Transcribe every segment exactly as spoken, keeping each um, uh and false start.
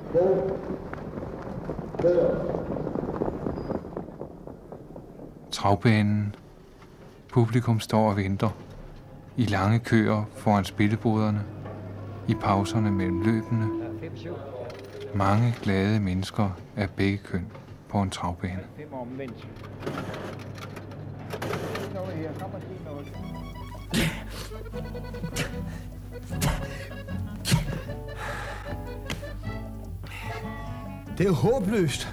Travbanen. Publikum står og venter. I lange køer foran spilleboderne. I pauserne mellem løbene. Mange glade mennesker af begge køn på en travbane. Det er jo håbløst.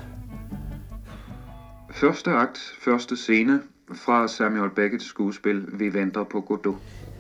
Første akt, første scene fra Samuel Becketts skuespil Vi venter på Godot.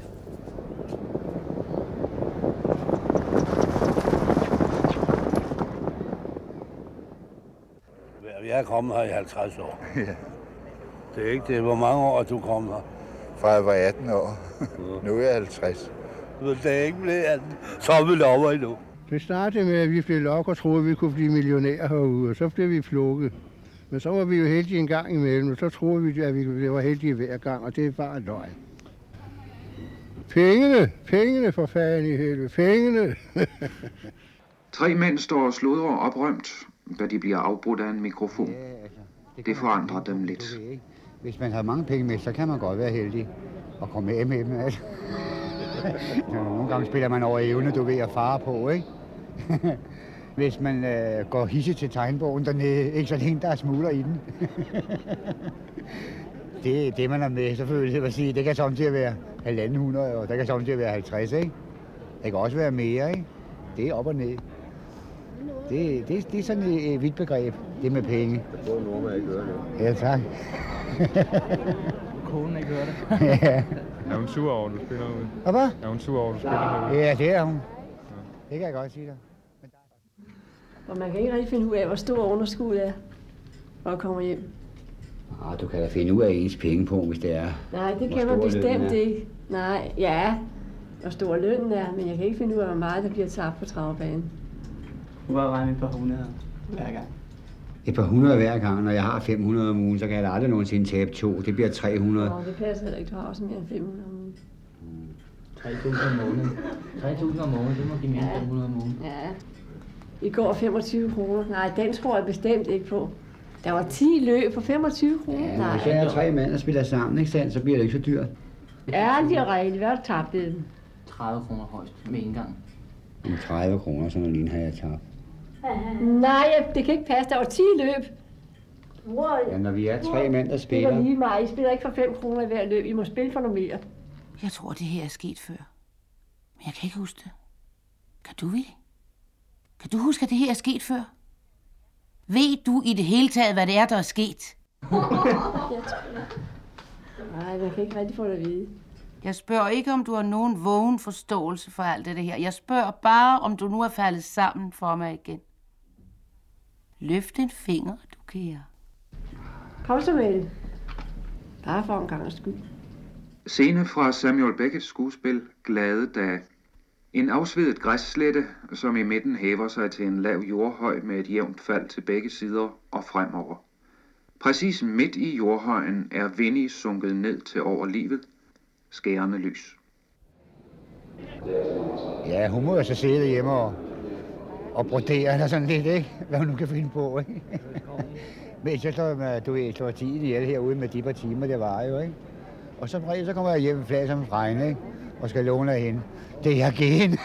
Jeg er kommet her i halvtreds år. Ja. Det er ikke det. Hvor mange år er du kommet her? Fra jeg var atten år. Nu er jeg halvtreds. Det er ikke blevet atten. Så er vi over endnu. Det startede med, at vi blev lok og troede, at vi kunne blive millionærer herude, og så blev vi plukket. Men så var vi jo heldige en gang imellem, og så troede vi, at vi var heldige hver gang, og det er bare løgn. Pengene, pengene for fanden i helvede, pengene. Tre mænd står og sludrer oprømt, da de bliver afbrudt af en mikrofon. Ja, altså, det, det forandrer man, dem lidt. Hvis man har mange penge med, så kan man godt være heldig og komme med med dem. Altså. Nogle gange spiller man over evne, du ved, at fare på, ikke? Hvis man øh, går hisse til tegnbogen dernede, ikke så længe der er smugler i den. Det er det, man er med, selvfølgelig. Det, sige. Det kan samtidig være halvanden hundrede, og der kan samtidig være halvtreds, ikke? Det kan også være mere, ikke? Det er op og ned. Det, det, det er sådan et vidt begreb, det med penge. Jeg tror, en nordmand ikke hører det. Ja, tak. Konen ikke hører det. Ja. Er hun sur over, du spiller ud? Og hvad? Er hun sur over, du spiller herude? Ja, det er hun. Det kan jeg godt sige dig. Og man kan ikke rigtig finde ud af, hvor stor underskud er, når man kommer hjem. Ah, du kan da finde ud af ens pengepunkt, hvis det er. Nej, det kan man bestemt ikke. Nej, ja, hvor stor lønnen er, men jeg kan ikke finde ud af, hvor meget der bliver tabt på travbanen. Du bare regne et par hundrede hver gang. Et par hundrede hver gang, når jeg har fem hundrede om ugen, så kan jeg da aldrig nogensinde tabe to. Det bliver tre hundrede. Nå, det passer heller ikke. Du har også mere end fem hundrede om ugen. tre tusind om måneden. tre tusind om måneden, det må give mere end fem hundrede om ugen. Ja. I går femogtyve kroner. Nej, den tror jeg bestemt ikke på. Der var ti løb på femogtyve kroner. Ja, når jeg er tre mænd, der spiller sammen, ikke sandt, så bliver det ikke så dyrt. Ærligt og rigtigt. Hvad har du tabt i den? tredive kroner højst med indgang. tredive kroner, sådan en har jeg tabt. Nej, det kan ikke passe. Der var ti løb. Wow. Ja, når vi er tre mænd, der spiller. Det var lige mig. I spiller ikke for fem kroner i hver løb. I må spille for noget mere. Jeg tror, det her er sket før. Men jeg kan ikke huske det. Kan du, Willy? Kan du huske, at det her er sket før? Ved du i det hele taget, hvad det er, der er sket? Nej, man kan ikke rigtig få det at vide. Jeg spørger ikke, om du har nogen vågen forståelse for alt det her. Jeg spørger bare, om du nu er faldet sammen for mig igen. Løft en finger, du kære. Kom så med det. Bare for en gang skyld. Scene fra Samuel Becketts skuespil Glade dage. En afsvedet græsslette, som i midten hæver sig til en lav jordhøj med et jævnt fald til begge sider og fremover. Præcis midt i jordhøjen er Winnie sunket ned til over livet. Skærende lys. Ja, hun må jo så sidde hjemme og, og brodere eller sådan lidt, ikke? Hvad hun nu kan finde på, ikke? Men så står du ved, slår tiden ihjel herude med de par timer, det var jo, ikke? Og som regel, så kommer jeg hjem flag som regn, ikke? Og skal låne af hende. Det er gen.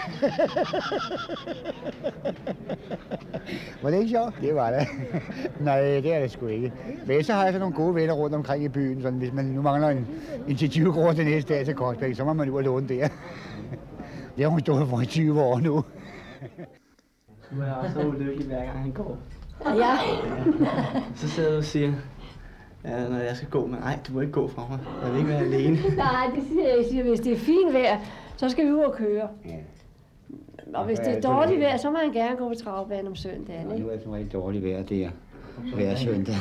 Var det ikke sjovt? Det var det. Nej, det er det sgu ikke. Men så har jeg så nogle gode venner rundt omkring i byen, sådan hvis man nu mangler en, en til tyve kroner til næste dag til Korsbæk, så må man ud og låne der. Det har hun stået for i tyve år nu. Du er også så ulykkelig hver gang han går. Ja. Så sidder du og siger, ja, når jeg skal gå, men nej, du må ikke gå fra mig. Jeg vil ikke være alene. Nej, det siger jeg ikke. Hvis det er fint vejr, så skal vi ud og køre. Ja. Og hvis det er dårligt vejr, så må man gerne gå på travbanen om søndagen, ikke? Nu er det som rigtig dårligt vejr, det er hver søndag.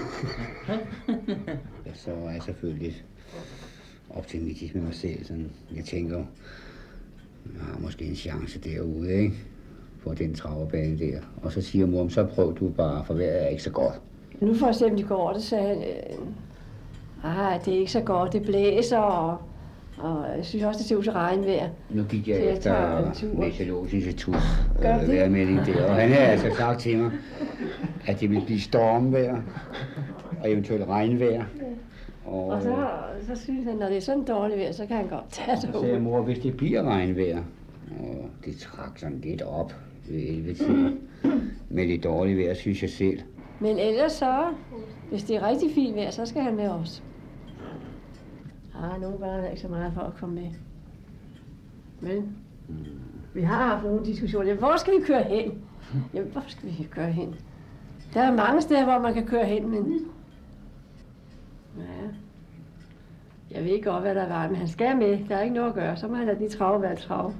Ja, så er jeg selvfølgelig optimistisk med mig selv. Sådan. Jeg tænker, jeg har måske en chance derude, ikke? På den travbane der. Og så siger mor, så prøv du bare, for vejret er ikke så godt. Nu for eksempel i går, det sagde han, øh, ah, det er ikke så godt, det blæser, og, Og jeg synes også, det ser ud til regnvejr. Nu gik jeg, jeg efter Meteorologisk Institut øh, vejrmelding der, og han havde altså sagt til mig, at det ville blive stormvejr og eventuelt regnvejr. Og, og så, så synes han, når det er sådan dårligt vejr, så kan han godt tage det. Så sagde jeg, mor, hvis det bliver regnvejr, og det trak sådan lidt op ved elleve tider, med det dårlige vejr, synes jeg selv. Men ellers så, hvis det er rigtig fint vejr, så skal han med os. Ah, nogle gange er ikke så meget for at komme med. Men mm. vi har haft nogle diskussioner. Hvor skal vi køre hen? Jamen, hvor skal vi køre hen? Der er mange steder, hvor man kan køre hen, men... Ja. Jeg ved godt, hvad der var, men han skal med. Der er ikke noget at gøre. Så må han lade de trave være trave.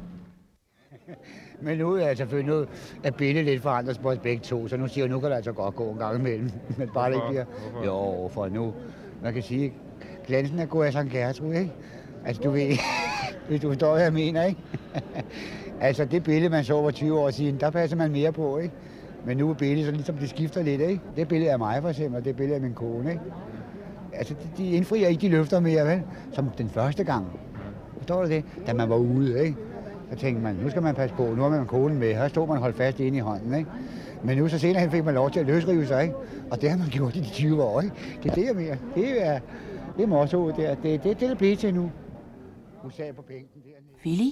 Men nu er jeg selvfølgelig nu er billedet lidt forandret på os begge to, så nu siger jeg, nu kan det altså godt gå en gang imellem. Men bare det ikke bliver... Jo, for nu... Man kan sige, glansen er god af Sankt Gertrud, ikke? Altså, du ved... Hvis du forstår, hvad jeg mener, ikke? Altså, det billede, man så for tyve år siden, der passer man mere på, ikke? Men nu er billedet så ligesom, det skifter lidt, ikke? Det billede af mig, for eksempel, og det billede af min kone, ikke? Altså, de, de indfrier ikke de løfter mere, vel? Som den første gang. Forstår du det? Da man var ude, ikke? Så tænkte man, nu skal man passe på, nu har man konen med. Her stod man holdt fast inde i hånden, ikke? Men nu så senere hen fik man lov til at løsrive sig, ikke? Og det har man gjort i de tyve år, ikke? Det er det, jeg mener. Det er, det er mottoet der. Det er det, det, der bliver til nu. Hun sagde på bænken dernede. Willy?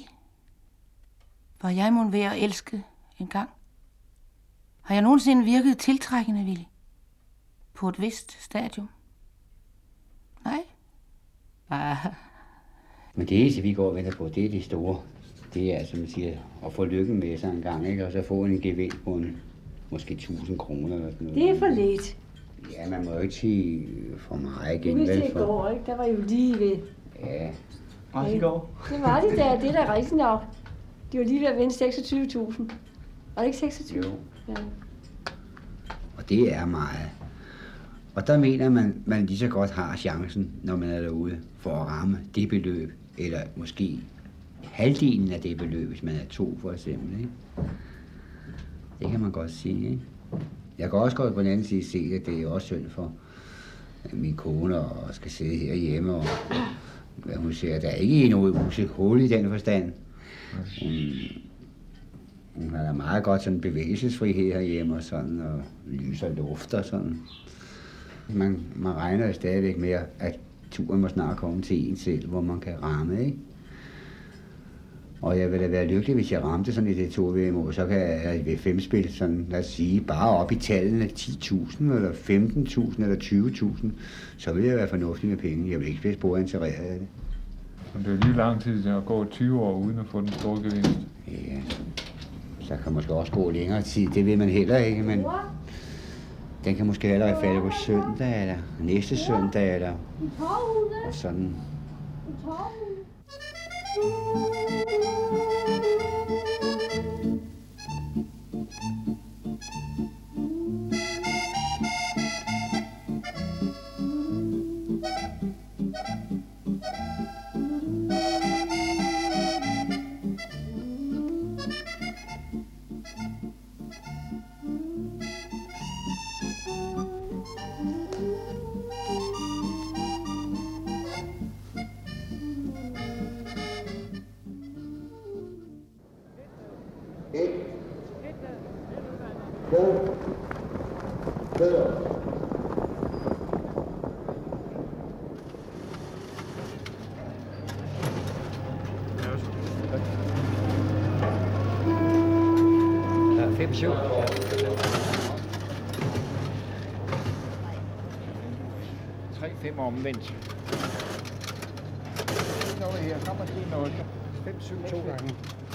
Var jeg mon ved at elske en gang? Har jeg nogensinde virket tiltrækkende, Willy? På et vist stadium? Nej? Ah. Men det eneste, vi går og venter på, det er det store. Det er, som man siger, at få lykken med sig en gang, ikke? Og så få en gevinst på en, måske tusind kroner eller sådan noget. Det er for lidt. Ja, man må jo ikke sige for meget igen. Du vidste det i går, ikke? Der var jo lige ved. Ja. Også i går. Det var det der, det der er rigtigt nok. De var lige ved at vinde seksogtyve tusind. Var det ikke seksogtyve? Jo. Ja. Og det er meget. Og der mener man, man lige så godt har chancen, når man er derude, for at ramme det beløb, eller måske halvdelen af det beløb, hvis man er to for eksempel, ikke? Det kan man godt sige, ikke? Jeg kan også godt på den anden side se, at det er også synd for min kone og skal sidde herhjemme, og hvad hun siger, der er ikke noget musik hul i den forstand. Hun, hun har da meget godt sådan bevægelsesfrihed herhjemme og sådan, og lys og luft og sådan. Man, man regner stadigvæk med, at turen må snart komme til en selv, hvor man kan ramme, ikke? Og jeg vil da være lykkelig, hvis jeg ramte sådan et to V M, så kan jeg ved fem spil sådan, lad os sige, bare op i tallene ti tusind, eller femten tusind, eller tyve tusind, så vil jeg være fornuftig med penge. Jeg vil ikke blive spore interesseret af det. Men det er jo lige lang tid at gå tyve år uden at få den store gevinst. Ja, så kan måske også gå længere tid, det ved man heller ikke, men den kan måske allerede falde på søndag, eller næste søndag, eller og sådan. fem syv. tre fem omvendt. Noget her, kommer lige noget. fem syv to gange.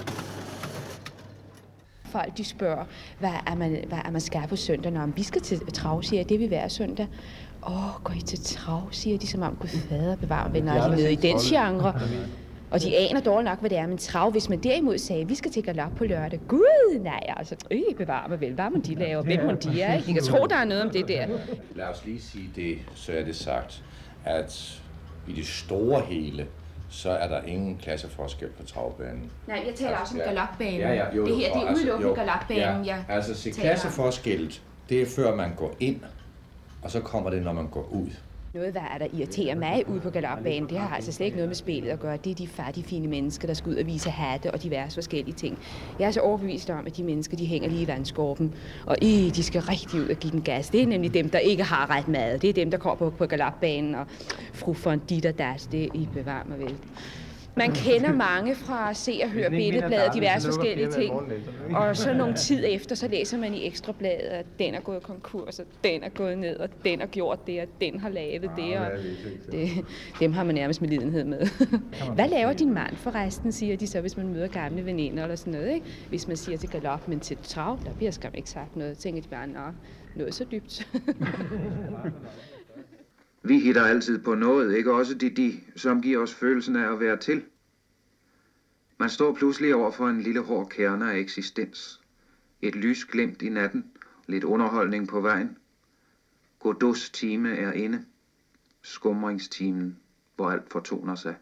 Folk de spørger, hvad er man, hvad er man skal på søndag, når vi skal til trav, siger det vil være søndag. Åh, går I til trav, siger de, som om Gud fader bevarer venner, er de nede i den genre. Og de aner dårligt nok, hvad det er, men trav, hvis man derimod sagde, vi skal til galop på lørdag. Gud, nej, altså, øh, bevarer mig vel, hvad må de laver, hvem må de er, ikke? De kan tro, der er noget om det der. Lad os lige sige det, så er det sagt, at i det store hele, så er der ingen klasseforskel på travbanen. Nej, jeg taler også om galopbanen. Ja, ja, jo, det her, det er udelukkende altså, galopbanen, ja. jeg Altså, se, klasseforskelt, det er før man går ind, og så kommer det, når man går ud. Noget, hvad er der irriterer mig ude på galopbanen, det har altså slet ikke noget med spillet at gøre. Det er de fattige, fine mennesker, der skal ud og vise hatte og diverse forskellige ting. Jeg er så overbevist om, at de mennesker, de hænger lige i vandskorpen, og i, de skal rigtig ud og give den gas. Det er nemlig dem, der ikke har ret mad. Det er dem, der kommer på, på galopbanen og fru von dit og das. Det I bevarer mig vel. Man kender mange fra Se og Hør Billedbladet og diverse forskellige ting. Og så nogle tid efter, så læser man i Ekstrabladet, at den er gået konkurs, og den er gået ned, og den har gjort det, og den har lavet det. Og det dem har man nærmest med lidenhed med. Hvad laver din mand forresten, siger de så, hvis man møder gamle veninder eller sådan noget, ikke? Hvis man siger til galop, men til trav, der bliver skam ikke sagt noget. Tænker de bare, nå, noget så dybt. Vi hitter altid på noget, ikke også de de, som giver os følelsen af at være til. Man står pludselig over for en lille hård kerne af eksistens. Et lys glimt i natten, lidt underholdning på vejen. Godot's time er inde. Skumringstimen, hvor alt fortoner sig.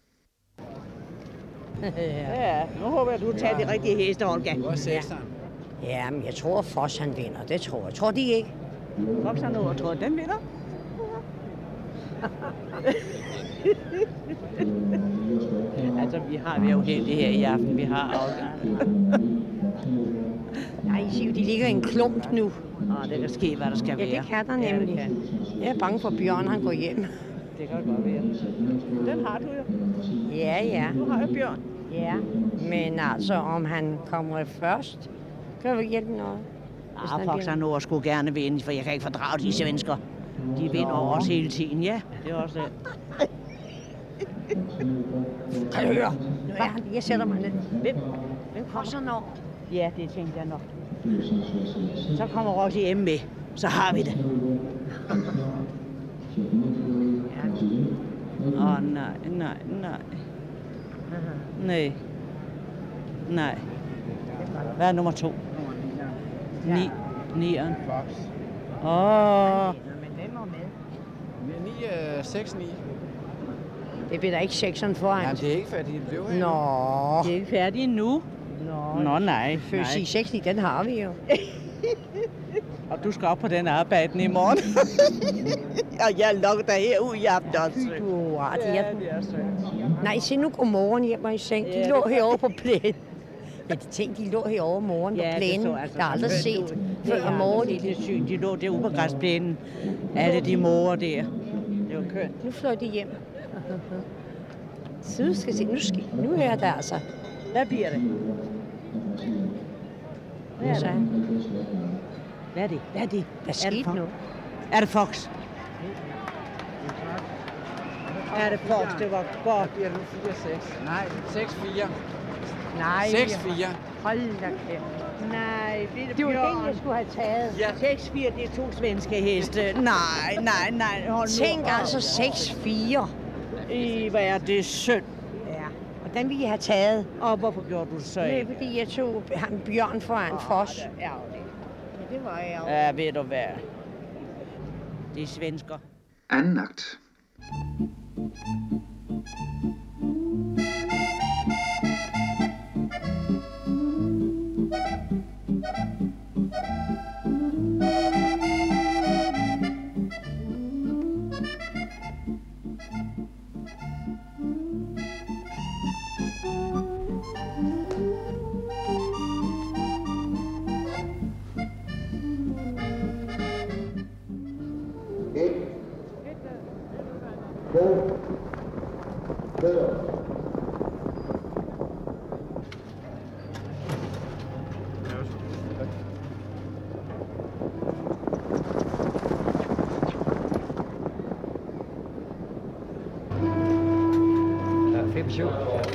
Ja, nu håber jeg, du tager de rigtige heste, Olga. Du er sekseren. Ja, men jeg tror, Foss han vinder. Det tror jeg. Tror de ikke? Foss han over, tror den vinder? Altså, vi har vi er uheldige her i aften. Vi har afgang. Nej, Siv, de ligger i en klump nu. Nå, det kan ske, hvad der skal ja, være. Ja, det kan der nemlig. Ja, jeg er bange for, at Bjørn han går hjem. Det kan godt være. Den har du jo. Ja, ja. Du har jo Bjørn. Ja, men altså, om han kommer først, kan vi hjælpe noget. Ah, Fox han nu skulle gerne vinde, for jeg kan ikke fordrage de svensker. De vinder over os hele tiden, ja. Det er også det. Kan du høre? Nu er han. Jeg sætter mig ned. Hvem? Hvem kommer så når? Ja, det tænkte jeg nok. Så kommer Roxy M med. Så har vi det. Åh, oh, nej, nej, nej. Nej. Nej. Hvad er nummer to? Ni. Nieren. Åh. Oh. ni, seks ni. Det bliver da ikke sekseren foran. Jamen, det er ikke færdigt. Det er Nå. Det er ikke færdigt endnu. Nå, Nå nej. Først i seks ni, den har vi jo. Og du skal op på den arbejde i morgen. Og jeg lukker dig herud i aften også. Du har ret. Ja, det er sødt. Nej, se nu godmorgen hjemme i seng. De ja, lå herovre på plænen. Ja, de tænkte, de lå herovre om morgenen ja, på plænen. Altså, der er aldrig set før om morgenen. Det er sygt. De lå derude på græsplænen. Alle de morer der. Det var kønt. Nu fløj de hjem. Så nu skal se, nu, skal, nu hører der altså. Hvad bliver det? Hvad er det? Hvad er det? Hvad er det? Hvad skete nu? Er det Fox? Er det Fox? Det var godt. Det bliver nu fire seks. Nej, seks fire. Nej. seks fire. Hold da kæft. Nej, det, det var den, jeg skulle have taget. Ja. seks fire, det er to svenske heste. Nej, nej, nej. Hold Tænk nu. altså seks fire. I, hvad er det synd. Ja, og den ville jeg have taget. Og hvorfor gjorde du så ikke? Det er, fordi jeg tog ham Bjørn foran oh, Foss. Det er ærgerligt. Ja, det var ærgerligt. Ja, ved du hvad. Det er svensker. Anden akt. fem syv.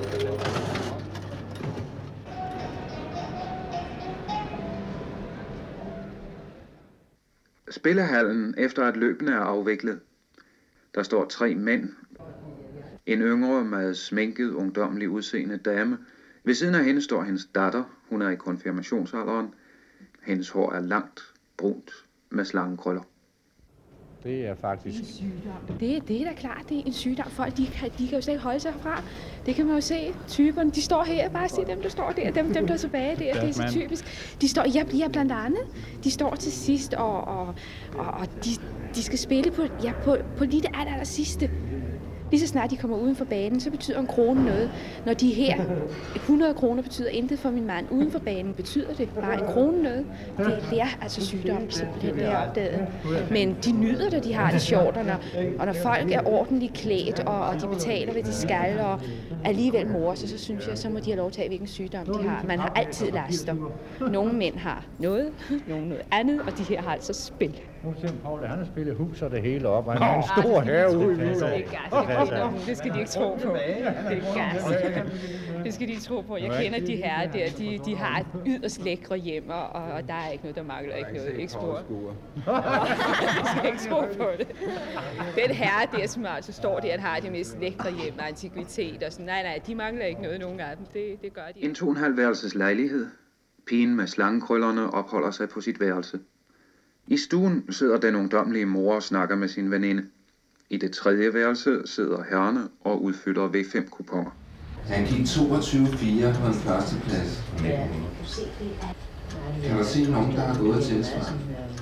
Spillehallen efter at løbene er afviklet. Der står tre mænd. En yngre med sminket, ungdommelig udseende dame. Ved siden af hende står hendes datter. Hun er i konfirmationsalderen. Hendes hår er langt, brunt med slangekrøller. Det er faktisk... Det, det er da klart, det er en sygdom. Folk, de kan, de kan jo slet ikke holde sig herfra. Det kan man jo se. Typerne, de står her. Bare se dem, der står der. Dem, dem der er tilbage der. Det er så typisk. De står, ja, ja, blandt andet. De står til sidst, og, og, og, og de, de skal spille på, ja, på, på lige det aller, aller sidste. Lige så snart de kommer uden for banen, så betyder en krone noget. Når de er her, hundrede kroner betyder intet for min mand. Uden for banen betyder det bare en krone noget. Det, det er altså sygdom, simpelthen, det er opdaget. Men de nyder det, de har det sjovt, og når, og når folk er ordentligt klædt, og, og de betaler, hvad de skal, og alligevel mor, så, så synes jeg, så må de have lov til at hvilken sygdom de har. Man har altid laster. Nogle mænd har noget, nogle noget andet, og de her har altså spil. Nu ser Paul, han har spillet hus og det hele op, og han har en stor herude. Det skal de ikke tro på. Det er gas. Det skal de ikke tro på. Jeg kender de her der. De, de har et yderst lækre hjem, og, og der er ikke noget, der mangler ikke noget. Ikke spor. Jeg skal ikke tro på det. Den herre der, som altså står der, har det mest lækre hjem og antikvitet og sådan. Nej, nej, de mangler ikke noget, nogen af dem. Det, det gør de. En to og en halv værelses lejlighed. Pigen med slangekrøllerne opholder sig på sit værelse. I stuen sidder den ungdomlige mor og snakker med sin veninde. I det tredje værelse sidder herrerne og udfylder V fem kuponer. Han gik toogtyve fire på en førsteplads. Ja. Kan du se nogen, der har gået til svaret?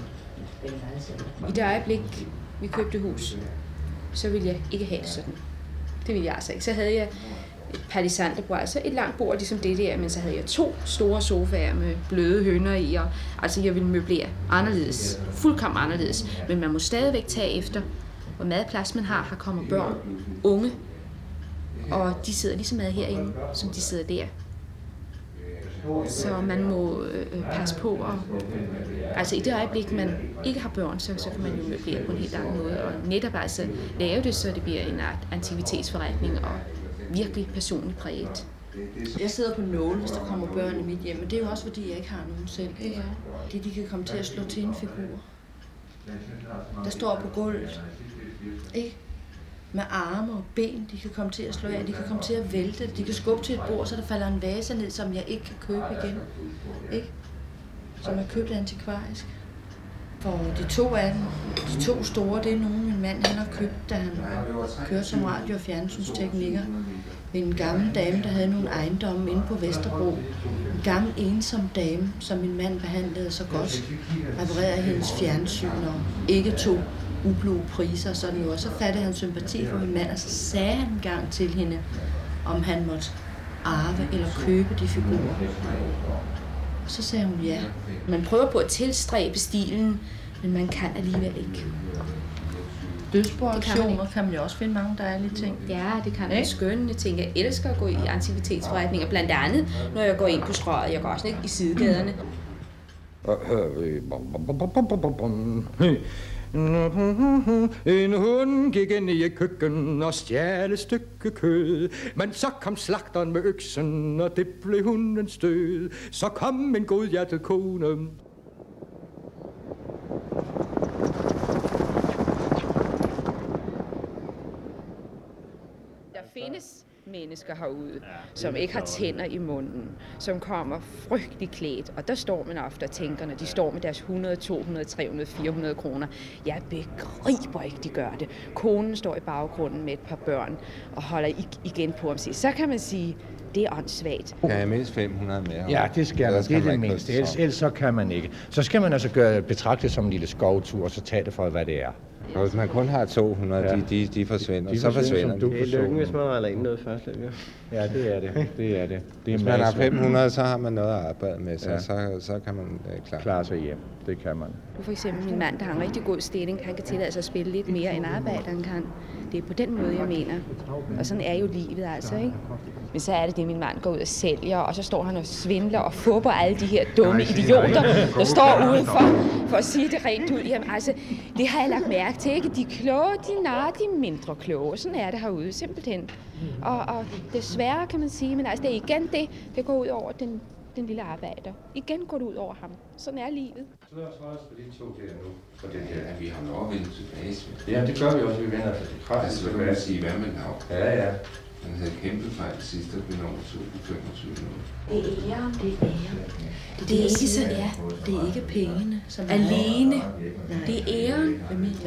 I det øjeblik, vi købte hus, så ville jeg ikke have det sådan. Det ville jeg altså ikke. Så havde jeg et palisanderbord, altså et langt bord ligesom det der, men så havde jeg to store sofaer med bløde høner i, og altså jeg ville møblere anderledes, fuldkommen anderledes, men man må stadigvæk tage efter, hvor meget plads man har. Her kommer børn, unge, og de sidder lige så meget herinde, som de sidder der. Så man må øh, passe på, og altså i det øjeblik, man ikke har børn, så, så kan man jo møblere på en helt anden måde, og netop altså lave det, så det bliver en aktivitetsforretning, og virkelig personligt præget. Jeg sidder på nåle, hvis der kommer børn i mit hjem, men det er jo også, fordi jeg ikke har nogen selv. Ikke? Det de kan komme til at slå til en figur, der står på gulvet, ikke? Med arme og ben, de kan komme til at slå af, de kan komme til at vælte, de kan skubbe til et bord, så der falder en vase ned, som jeg ikke kan købe igen, ikke? Som er købt antikvarisk. For de to af dem, de to store, det er nogen, min mand han har købt, da han kørte som radio- og fjernsynstekniker. En gammel dame, der havde nogle ejendomme inde på Vesterbro. En gammel ensom dame, som min mand behandlede så godt. Reparerede hendes fjernsyn og ikke tog ublu priser og sådan noget. Så fattede han sympati for min mand, og så sagde han en gang til hende, om han måtte arve eller købe de figurer. Og så sagde hun ja. Man prøver på at tilstræbe stilen, men man kan alligevel ikke. Dødsboaktioner kan man jo også finde mange dejlige ting. Ja, det kan man skønne. Jeg tænker, jeg elsker at gå i antikvitetsforretninger. Blandt andet, når jeg går ind på Strøget. Jeg går også ikke i sidegaderne. En hund gik ind i køkken og stjal et stykke kød. Men så kom slagteren med øksen, og det blev hundens død. Så kom en godhjertet kone. Der findes mennesker herude, som ikke har tænder i munden, som kommer frygtelig klædt, og der står man ofte og tænker, når de står med deres hundrede, to hundrede, tre hundrede, fire hundrede kroner. Jeg begriber ikke, de gør det. Konen står i baggrunden med et par børn og holder igen på ham. Så kan man sige, det er åndssvagt. Kan jeg mindst fem hundrede mere? Ja, det skal man. Det er det mindste. Ellers, ellers så kan man ikke. Så skal man altså gøre, betragte det som en lille skovtur, og så tage det for, hvad det er. Og hvis man kun har to hundrede, ja. de, de, de forsvinder, de så forsvinder de. Det er lykken, hvis man har lavet noget først. Ja, det er det. Det er det. det er hvis man har fem hundrede, så har man noget at arbejde med, så, ja. så, så kan man øh, klare. klare sig hjem. Det kan man. For eksempel min mand, der har en rigtig god stilling, han kan tillade sig at spille lidt mere end arbejderen kan. Det er på den måde, jeg mener. Og sådan er jo livet altså, ikke? Men så er det det, min mand går ud og sælger, og så står han og svindler og fupper alle de her dumme idioter, der står udenfor, for at sige det rent ud. Jamen altså, det har jeg lagt mærke til, ikke? De kloge, de narrer, de mindre kloge. Sådan er det herude, simpelthen. Og, og desværre kan man sige, men altså, det er igen det, det går ud over den, den lille arbejder. Igen går det ud over ham. Sådan er livet. Så lad os holde os på de to der nu, for det her, at vi har lov at vende tilbage. Ja, det gør vi også, vi vender til det kraftigt. Altså, hvad kan man sige, hvad med lav? Ja, ja. Han havde kæmpet fejl sidst, der blev nummer femogtyve nu. Det er æren, det er æren. Det, det er ikke så er. Det er ikke pengene, som alene. Det er æren med min mand.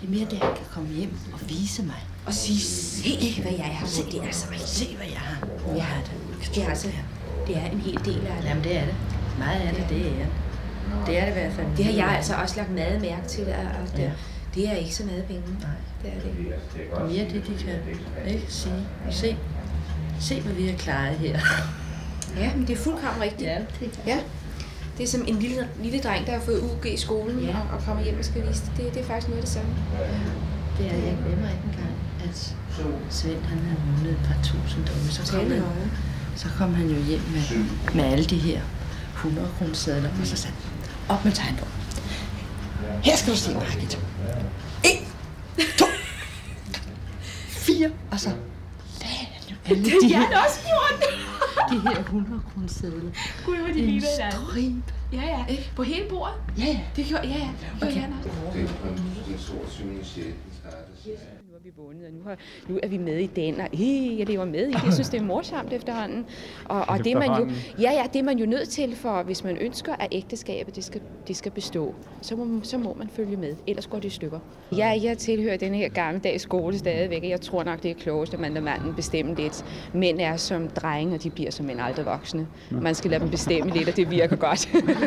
Det er mere det, han kan komme hjem og vise mig. Og sige, se hvad jeg har. Se, det er så rigtigt. Se, hvad jeg har. Ja, det er altså, det er en hel del af det. Jamen, det er det. Meget af det, det er det. er det i hvert fald. Det har jeg altså også lagt meget mærke til, at det, ja. det er ikke så meget penge. Nej. Det er det. Det er mere det, de kan ikke sige. Se, se, hvad vi har klaret her. Ja, men det er fuldkommen rigtigt. Ja, det er. Ja. Det er som en lille, lille dreng, der har fået U G i skolen ja. og, og kommer hjem og skal vise det. det. Det er faktisk noget af det samme. Det er, jeg glemmer ikke engang, at Svend han har vundet et par tusind domme. Så kom, han, så kom han jo hjem med, med alle de her hundrede kroner sedler, og så sagde han, op med tegnbog. Her skal du se, Margit. En, to, fire, og så lagde han jo alle de Det har her, han også gjort. de her hundrede kroner sedler. Gud, hvor de En ligner hinanden. stribe. Ja, ja. Ikke? På hele bordet? Ja, ja. Det gjorde, ja, ja. Det gjorde Okay. han også. Det er en stor syvende Nu er vi vundet, og nu, har, nu er vi med i den, og øh, jeg lever med i det. Jeg synes, det er morsomt efterhånden. Og, og det er man jo, ja, ja, det er man jo nødt til, for hvis man ønsker, at ægteskabet det skal, det skal bestå, så må, så må man følge med, ellers går det i stykker. Jeg, jeg tilhører den her gammeldags skole stadigvæk, og jeg tror nok, det er klogest, at man lader manden bestemme lidt. Mænd er som drenge, og de bliver som mænd aldrig voksne. Man skal lade dem bestemme lidt, og det virker godt.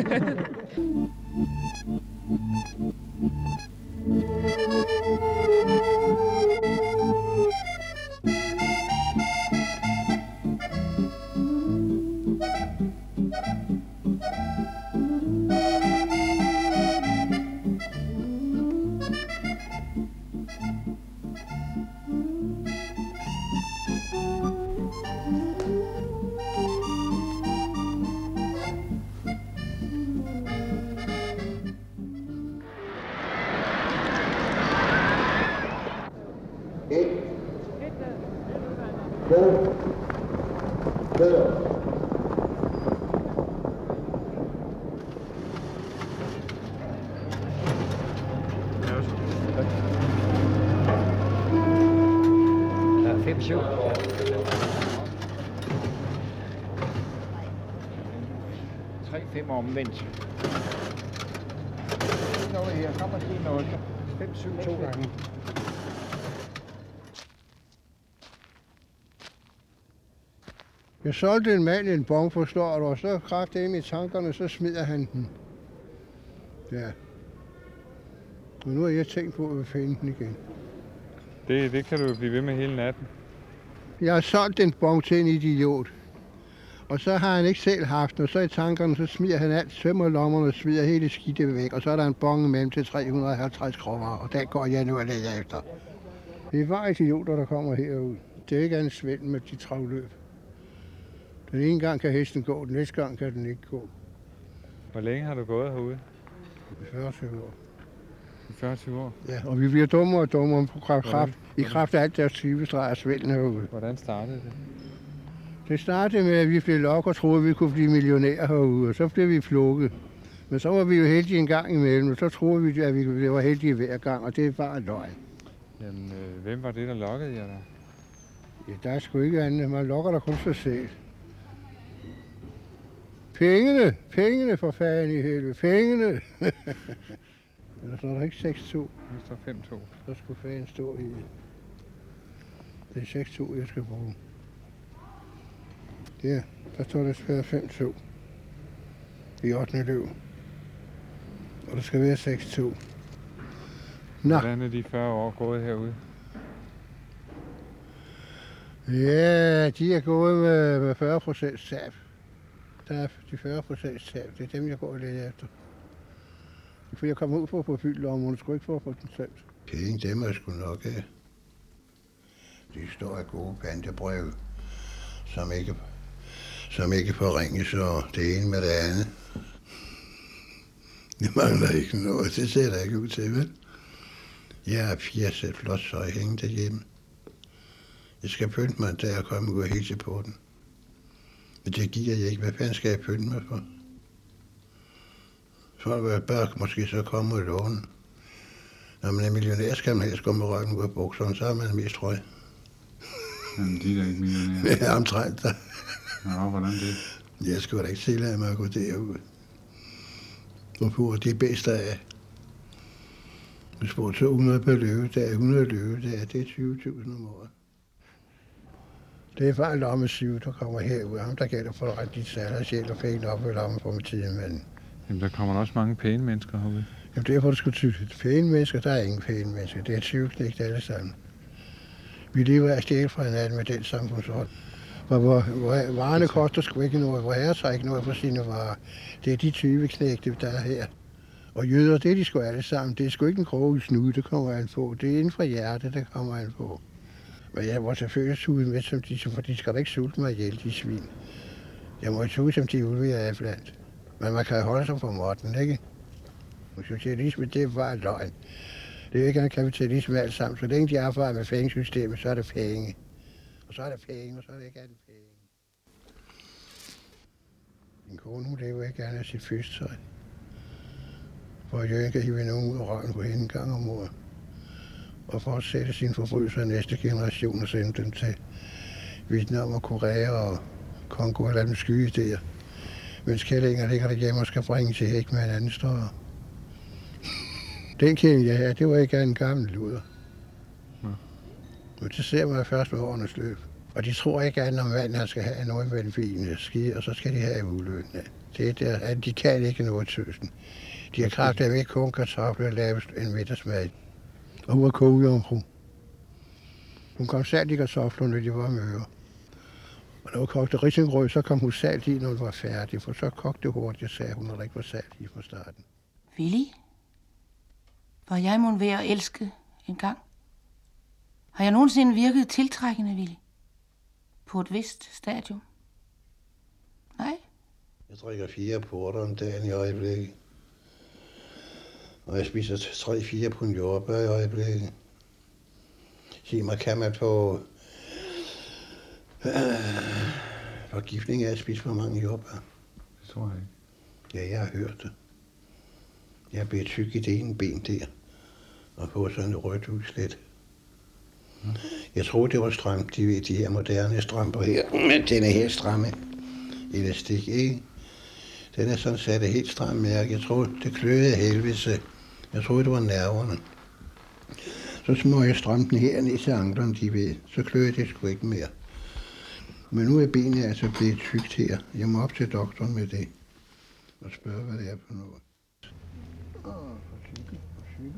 fem syv. tre fem omvendt. Noget her, kom og sige noget. fem syv to gange. Jeg solgte en mand en bon, forstår du, og så kræftede jeg i tankerne, så smider han den. Ja. Og nu har jeg tænkt på, at jeg vil finde den igen. Det, det kan du blive ved med hele natten. Jeg har solgt en bon til en idiot. Og så har han ikke selv haft den, og så i tankerne, så smider han alt, tømmer lommerne og smider hele skidtet væk. Og så er der en bon imellem til tre hundrede og halvtreds kroner, og den går jeg nu og leder efter. Det er bare idioter, der kommer herud. Det er ikke andet Svend med de travløb. Den ene gang kan hesten gå, den næste gang kan den ikke gå. Hvor længe har du gået herude? I fyrre år. I fyrre år? Ja, og vi bliver dummere og dummere på kraft, kraft, i kraft af alt deres tyvestreger og Svend herude. Hvordan startede det? Det startede med, at vi blev lokket og troede, at vi kunne blive millionærer herude, og så blev vi flukket. Men så var vi jo heldige en gang imellem, og så troede vi, at vi var heldige hver gang, og det er bare løgn. Jamen, øh, hvem var det, der lokkede jer der? Ja, der er sgu ikke andet. Man lokker der kun sig selv. Pengene! Pengene for fanden i helvede! Pengene! Eller står der ikke seks to? Der står fem to. Så skulle fanden stå i. Det er seks to, jeg skal bruge. Ja, der står der fem to. I ottende løb. Og der skal være seks to. Nå. Hvordan er de fyrre år gået herude? Ja, de er gået med, med fyrre procent tab. Der er de fyrre procent tab. Det er dem, jeg går lidt efter. For jeg kommer ud for at få fyldt om, og skulle ikke få at få den tømt. Penge, dem er sgu nok af. De står af gode pantebreve, som ikke, som ikke forringes, og det ene med det andet. Det mangler ikke noget. Det ser der ikke ud til, vel? Jeg har fire sæt flot søj hængende derhjemme. Jeg skal pynte mig, da jeg kommer og gå helt til på den. Men det giver jeg ikke. Hvad fanden skal jeg pynte mig for? Så vil jeg bare måske så komme og låne. Når man er millionær, skal man helst gå med røven ud af bukserne, så er man mest røg. Jamen, de er da ikke millionærer. Ja, omtrent da. Nå, hvordan det? Jeg skulle da ikke tillade mig at gå derud. Og på de bedste af. Vi spurgte to hundrede per løvedag, hundrede løvedage, det er tyve tusind om året. Det er bare en lomme syv, der kommer herud. Ham, der gælder for ret dit salg og sjæl og penge op i lommen på med tiden, men... Jamen, der kommer også mange pæne mennesker herude. Jamen, det er for, det skulle tydeligt. Pæne mennesker, der er ingen pæne mennesker. Det er tyveknægt alle sammen. Vi lever af stjæle fra hinanden med den samfundshold. Hvor, hvor, hvor varerne koster sgu ikke noget, hvor herre tager ikke noget for sine varer. Det er de tyveknægte, der er her. Og jøder, det er de sgu alle sammen. Det er sgu ikke en kroge snude, det kommer an på. Det er inden for hjertet, det kommer an på. Men jeg må selvfølgelig suge med, som de, for de skal da ikke sulte mig ihjel, de svin. Jeg må suge, som de ulve er blandt. Men man kan holde sig på måtten, ikke? Socialisme, det er bare løgn. Det er ikke en kapitalisme alt sammen. Så længe de arbejder med pengesystemet, så er det penge. Og så er der penge, og så er det ikke andet penge. Min kone, hun lever ikke gerne af sit fødselstøj. For at jeg kan hive nogen ud af røven på hende en gang om året. Og fortsætte sine forbrydelser i næste generation og sende dem til Vietnam og Korea og Kongo og lade dem skyde idéer. Mens kællinger ligger derhjemme og skal bringe til hæk med en anden større. Den kælling, jeg havde, det var ikke en gammel luder. Ja. Men det ser man først med årenes løb. Og de tror ikke, at når manden han skal have noget med en vin ski, og så skal de have uløn. Det er der, at de kan ikke noget tøsten. De har kraft af ikke kun kartofler og lave en middagsmad. Og hun var kogejomfru. Hun kom salt i kartofler, når de var møre. Og når hun kogte risengrød, så kom hun salt i, når hun var færdig, for så kogte det hurtigt, sagde hun, når der ikke var salt i fra starten. Willy? Var jeg mon ved at elske en gang? Har jeg nogensinde virket tiltrækkende, Willy? På et vist stadium? Nej? Jeg drikker fire porter om dagen i øjeblikket. Og jeg spiser tre fire pund jordbær i øjeblikket. Sig mig, kan man få øh, forgiftning af at spise for mange jordbær? Det tror jeg ikke. Ja, jeg har hørt det. Jeg er blevet tyk i det ene ben der, og på sådan et rødt udslæt. Ja. Jeg troede, det var stramt, de, de her moderne strømper her. Men den er helt stramme. Elastik, ikke? Den er sådan sat et helt stramt mærke. Jeg troede, det kløede af helvede. Jeg troede, det var nerverne. Så små jeg stramme den her ned til anklerne, de ved. Så kløede det sgu ikke mere. Men nu er benet altså blevet tykt her. Jeg må op til doktoren med det. Og spørge, hvad det er for noget. Åh, for syge, for syge.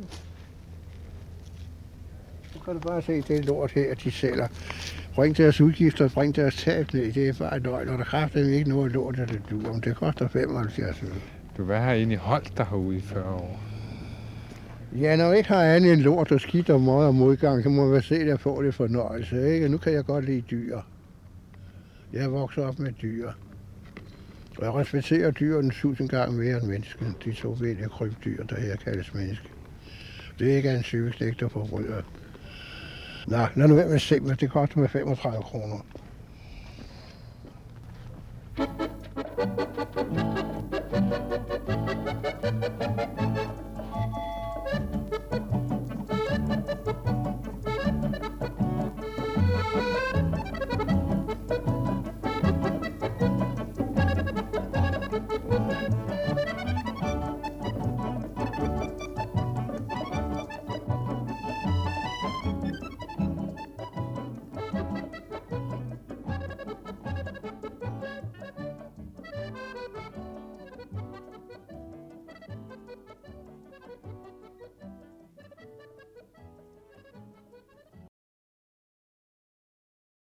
Nu kan du bare se det lort her, de sælger. Bring deres udgifter, bring deres tab ned. Det er bare et løgn, og der kræfter ikke noget lort, der det duer. Om det koster femoghalvfjerds øre. Du hvad har egentlig holdt dig herude i fyrre år? Ja, når jeg ikke har andet end lort og skidt og møg og modgang, så må jeg se, at jeg får lidt fornøjelse. Ikke? Nu kan jeg godt lide dyr. Jeg er vokset op med dyr. Og jeg respekterer dyrene tusind gange mere end mennesken. De to vælge krybdyr, der her kaldes menneske. Det er ikke en sygeslegt, der forbryder. Nå, lad nu være med at se, men det koster med femogtredive kroner.